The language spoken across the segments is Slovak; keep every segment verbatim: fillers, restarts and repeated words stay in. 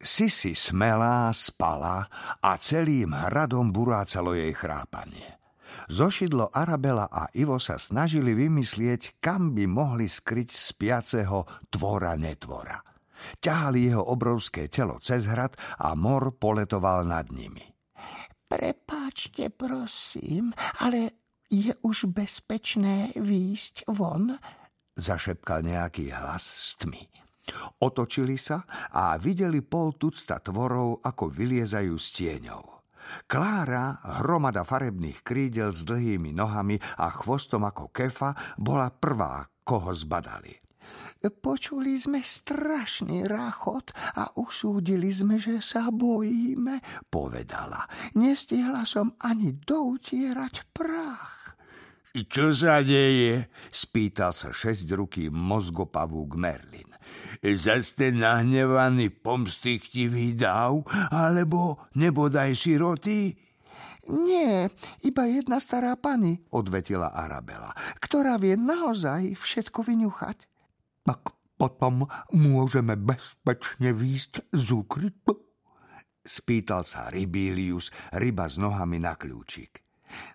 Sisi smelá spala a celým hradom burácalo jej chrápanie. Zošidlo, Arabela a Ivo sa snažili vymyslieť, kam by mohli skryť spiaceho tvora netvora. Ťahali jeho obrovské telo cez hrad a mor poletoval nad nimi. Prepáčte, prosím, ale je už bezpečné výjsť von? Zašepkal nejaký hlas z tmy. Otočili sa a videli pol tucta tvorov, ako vyliezajú z tieňov. Klára, hromada farebných krídel s dlhými nohami a chvostom ako kefa, bola prvá, koho zbadali. Počuli sme strašný rachot a usúdili sme, že sa bojíme, povedala. Nestihla som ani doutierať prach. Čo sa deje? Spýtal sa šesťruký mozgopavúk Merlin. Zas ten nahnevaný pomstychtivý dáv, alebo nebodaj siroty? Nie, iba jedna stará pani, odvetila Arabela, ktorá vie naozaj všetko vyňuchať. Tak potom môžeme bezpečne výjsť z úkrytu? Spýtal sa Rybílius, ryba s nohami na kľúčik.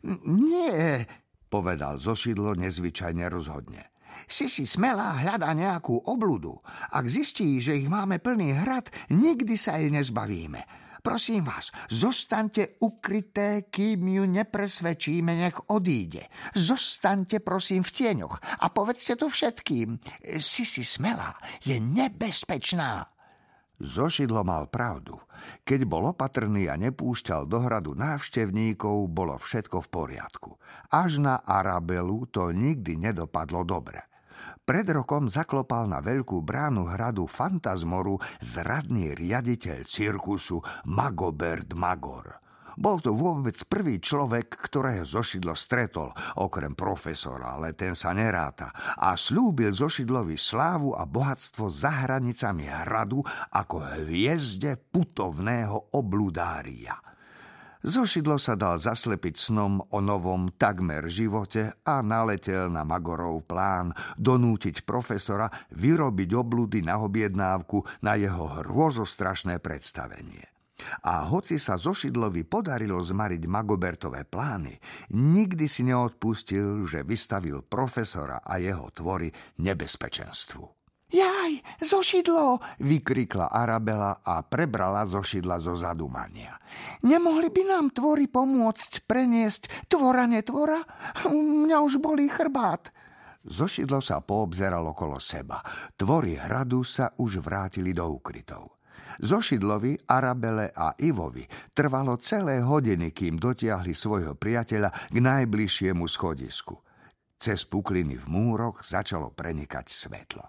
Nie, povedal Zošidlo nezvyčajne rozhodne. Sisi smelá hľadá nejakú obludu. Ak zistí, že ich máme plný hrad, nikdy sa jej nezbavíme. Prosím vás, zostaňte ukryté, kým ju nepresvedčíme, nech odíde. Zostaňte, prosím, v tieňoch a povedzte to všetkým. Sisi smelá je nebezpečná. Zošidlo mal pravdu. Keď bol opatrný a nepúšťal do hradu návštevníkov, bolo všetko v poriadku. Až na Arabelu to nikdy nedopadlo dobre. Pred rokom zaklopal na veľkú bránu hradu Fantasmoru zradný riaditeľ cirkusu Magobert Magor. Bol to vôbec prvý človek, ktorého Zošidlo stretol, okrem profesora, ale ten sa neráta, a slúbil Zošidlovi slávu a bohatstvo za hranicami hradu ako hviezde putovného obludária. Zošidlo sa dal zaslepiť snom o novom takmer živote a naletel na Magorov plán donútiť profesora vyrobiť obludy na objednávku na jeho hrôzostrašné predstavenie. A hoci sa Zošidlovi podarilo zmariť Magobertové plány, nikdy si neodpustil, že vystavil profesora a jeho tvory nebezpečenstvu. Jaj, Zošidlo, vykrikla Arabela a prebrala Zošidla zo zadumania. Nemohli by nám tvory pomôcť preniesť tvora netvora? Mňa už bolí chrbát. Zošidlo sa poobzeral okolo seba. Tvory hradu sa už vrátili do ukrytov. Zošidlovi, Arabele a Ivovi trvalo celé hodiny, kým dotiahli svojho priateľa k najbližšiemu schodisku. Cez pukliny v múroch začalo prenikať svetlo.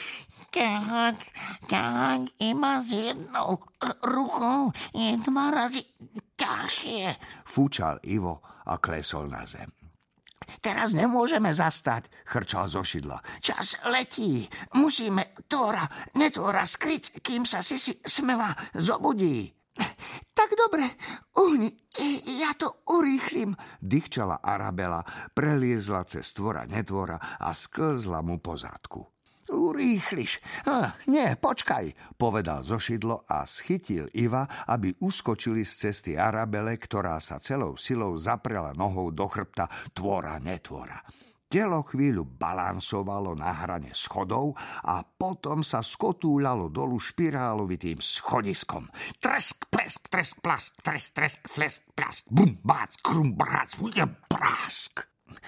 Tak, tak, iba s jednou rukou je dva razy ťažšie, fúčal Ivo a klesol na zem. Teraz nemôžeme zastať, chrčal Zošidlo. Čas letí. Musíme tvora, netvora skryť, kým sa Sisi smelá zobudí. Tak dobre, uhni, ja to urýchlim, dychčala Arabela, preliezla cez tvora netvora a sklzla mu po zádku. Urýchliš. Ah, nie, počkaj, povedal Zošidlo a schytil Iva, aby uskočili z cesty Arabele, ktorá sa celou silou zaprela nohou do chrbta tvora netvora. Telo chvíľu balansovalo na hrane schodov a potom sa skotúľalo dolu špirálovitým schodiskom. Tresk, plesk, tresk, plask, tresk, tresk, flesk, plask, bum, bác, krum, brác, prask.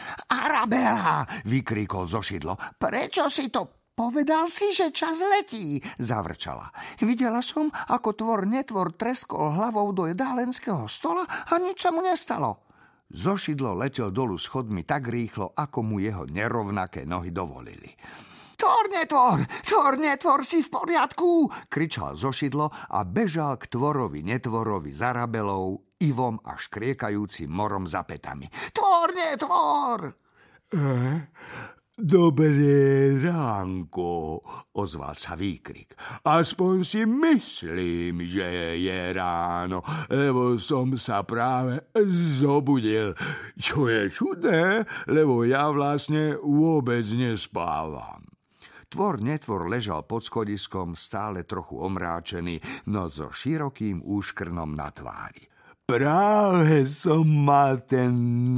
Arabela, vykríkol Zošidlo. Prečo si to povedal si, že čas letí, zavrčala. Videla som, ako tvor netvor treskol hlavou do jedálenského stola a nič sa mu nestalo. Zošidlo letel dolu schodmi tak rýchlo, ako mu jeho nerovnaké nohy dovolili. Tvor netvor, tvor netvor, si v poriadku, kričal Zošidlo a bežal k tvorovi netvorovi s Arabelou, Ivom a škriekajúcim morom za pätami. Tvor netvor! Eh? Dobré ránko, ozval sa výkrik. Aspoň si myslím, že je ráno, lebo som sa práve zobudil. Čo je čudné, lebo ja vlastne vôbec nespávam. Tvor netvor ležal pod schodiskom, stále trochu omráčený, no so širokým úškrnom na tvári. Práve som mal ten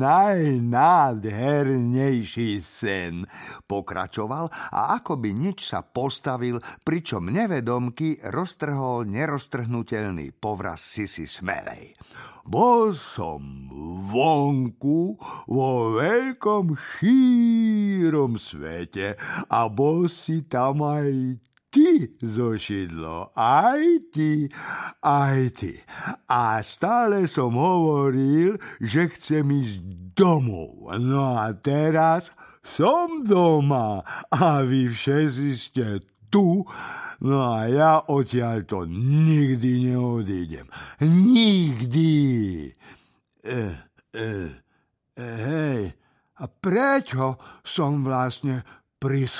najnádhernejší sen, pokračoval a akoby nič sa postavil, pričom nevedomky roztrhol neroztrhnutelný povraz Sisi Smelej. Bol som vonku vo veľkom šírom svete a bol si tam aj ty, Zošidlo, aj ty, aj ty. A stále som hovoril, že chcem ísť domov. No a teraz som doma a vy všetci ste tu, no a ja odtiaľto nikdy neodídem. Nikdy. E, e, e, hej, a prečo som vlastne pri